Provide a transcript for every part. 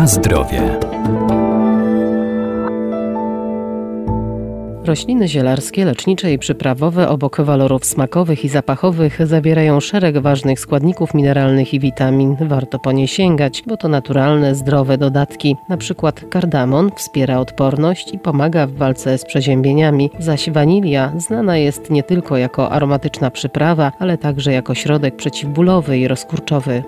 Na zdrowie. Rośliny zielarskie, lecznicze i przyprawowe obok walorów smakowych i zapachowych zawierają szereg ważnych składników mineralnych i witamin. Warto po nie sięgać, bo to naturalne, zdrowe dodatki. Na przykład kardamon wspiera odporność i pomaga w walce z przeziębieniami, zaś wanilia znana jest nie tylko jako aromatyczna przyprawa, ale także jako środek przeciwbólowy i rozkurczowy.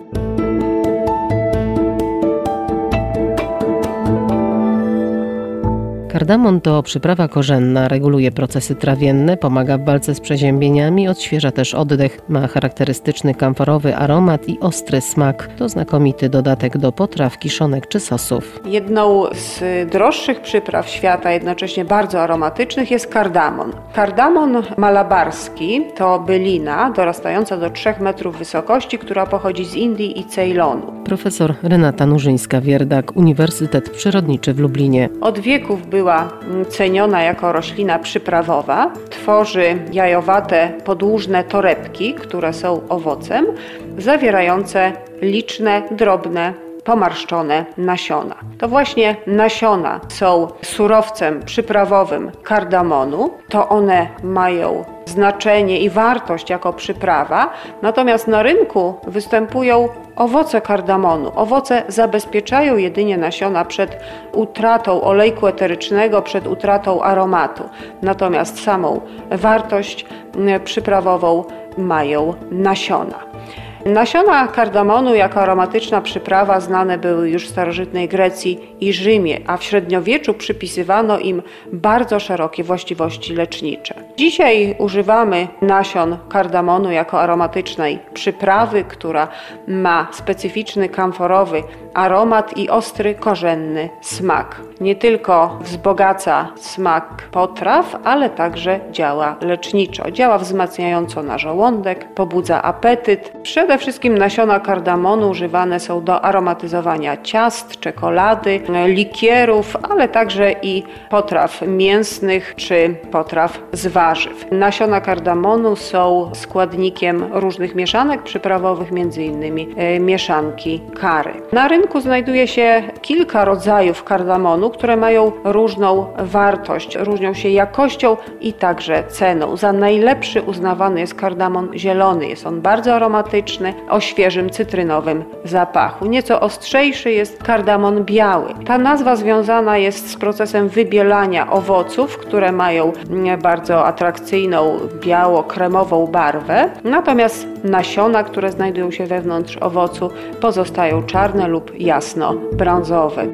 Kardamon to przyprawa korzenna, reguluje procesy trawienne, pomaga w walce z przeziębieniami, odświeża też oddech, ma charakterystyczny kamforowy aromat i ostry smak. To znakomity dodatek do potraw, kiszonek czy sosów. Jedną z droższych przypraw świata, jednocześnie bardzo aromatycznych, jest kardamon. Kardamon malabarski to bylina dorastająca do 3 metrów wysokości, która pochodzi z Indii i Cejlonu. Profesor Renata Nurzyńska-Wierdak, Uniwersytet Przyrodniczy w Lublinie. Od wieków była ceniona jako roślina przyprawowa. Tworzy jajowate, podłużne torebki, które są owocem, zawierające liczne, drobne, pomarszczone nasiona. To właśnie nasiona są surowcem przyprawowym kardamonu. To one mają znaczenie i wartość jako przyprawa, natomiast na rynku występują owoce kardamonu. Owoce zabezpieczają jedynie nasiona przed utratą olejku eterycznego, przed utratą aromatu. Natomiast samą wartość przyprawową mają nasiona. Nasiona kardamonu jako aromatyczna przyprawa znane były już w starożytnej Grecji i Rzymie, a w średniowieczu przypisywano im bardzo szerokie właściwości lecznicze. Dzisiaj używamy nasion kardamonu jako aromatycznej przyprawy, która ma specyficzny kamforowy aromat i ostry, korzenny smak. Nie tylko wzbogaca smak potraw, ale także działa leczniczo. Działa wzmacniająco na żołądek, pobudza apetyt. Przede wszystkim nasiona kardamonu używane są do aromatyzowania ciast, czekolady, likierów, ale także i potraw mięsnych czy potraw z warzyw. Nasiona kardamonu są składnikiem różnych mieszanek przyprawowych, m.in. mieszanki curry. Na rynku znajduje się kilka rodzajów kardamonu, które mają różną wartość, różnią się jakością i także ceną. Za najlepszy uznawany jest kardamon zielony. Jest on bardzo aromatyczny, o świeżym cytrynowym zapachu. Nieco ostrzejszy jest kardamon biały. Ta nazwa związana jest z procesem wybielania owoców, które mają bardzo atrakcyjną, biało-kremową barwę. Natomiast nasiona, które znajdują się wewnątrz owocu, pozostają czarne lub jasno-brązowe.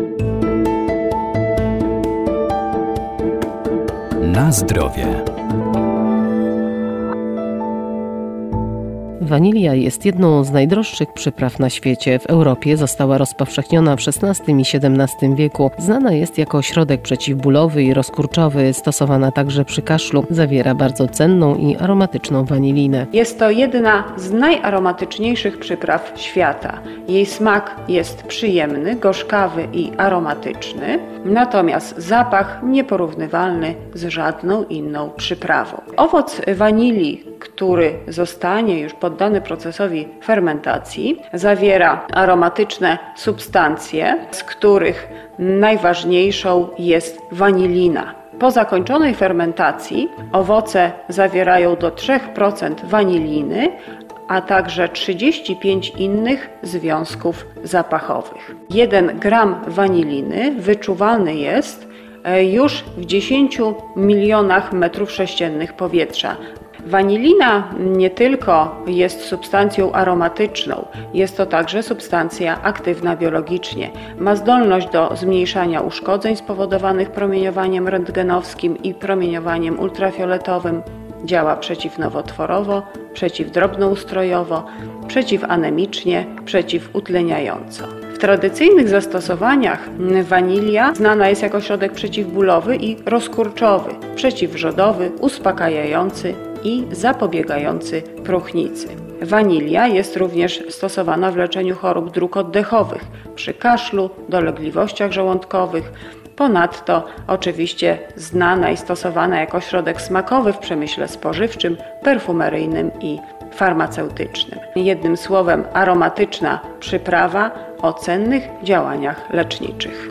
Na zdrowie. Wanilia jest jedną z najdroższych przypraw na świecie. W Europie została rozpowszechniona w XVI i XVII wieku. Znana jest jako środek przeciwbólowy i rozkurczowy, stosowana także przy kaszlu. Zawiera bardzo cenną i aromatyczną wanilinę. Jest to jedna z najaromatyczniejszych przypraw świata. Jej smak jest przyjemny, gorzkawy i aromatyczny, natomiast zapach nieporównywalny z żadną inną przyprawą. Owoc wanilii, który zostanie już poddany procesowi fermentacji, zawiera aromatyczne substancje, z których najważniejszą jest wanilina. Po zakończonej fermentacji owoce zawierają do 3% waniliny, a także 35 innych związków zapachowych. 1 gram waniliny wyczuwalny jest już w 10 milionach metrów sześciennych powietrza. Wanilina nie tylko jest substancją aromatyczną, jest to także substancja aktywna biologicznie. Ma zdolność do zmniejszania uszkodzeń spowodowanych promieniowaniem rentgenowskim i promieniowaniem ultrafioletowym. Działa przeciwnowotworowo, przeciwdrobnoustrojowo, przeciwanemicznie, przeciwutleniająco. W tradycyjnych zastosowaniach wanilia znana jest jako środek przeciwbólowy i rozkurczowy, przeciwrzodowy, uspokajający i zapobiegający próchnicy. Wanilia jest również stosowana w leczeniu chorób dróg oddechowych, przy kaszlu, dolegliwościach żołądkowych. Ponadto oczywiście znana i stosowana jako środek smakowy w przemyśle spożywczym, perfumeryjnym i farmaceutycznym. Jednym słowem aromatyczna przyprawa o cennych działaniach leczniczych.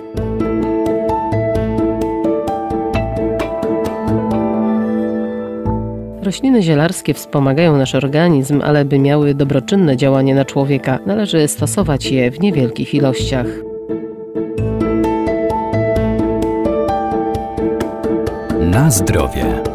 Rośliny zielarskie wspomagają nasz organizm, ale by miały dobroczynne działanie na człowieka, należy stosować je w niewielkich ilościach. Na zdrowie.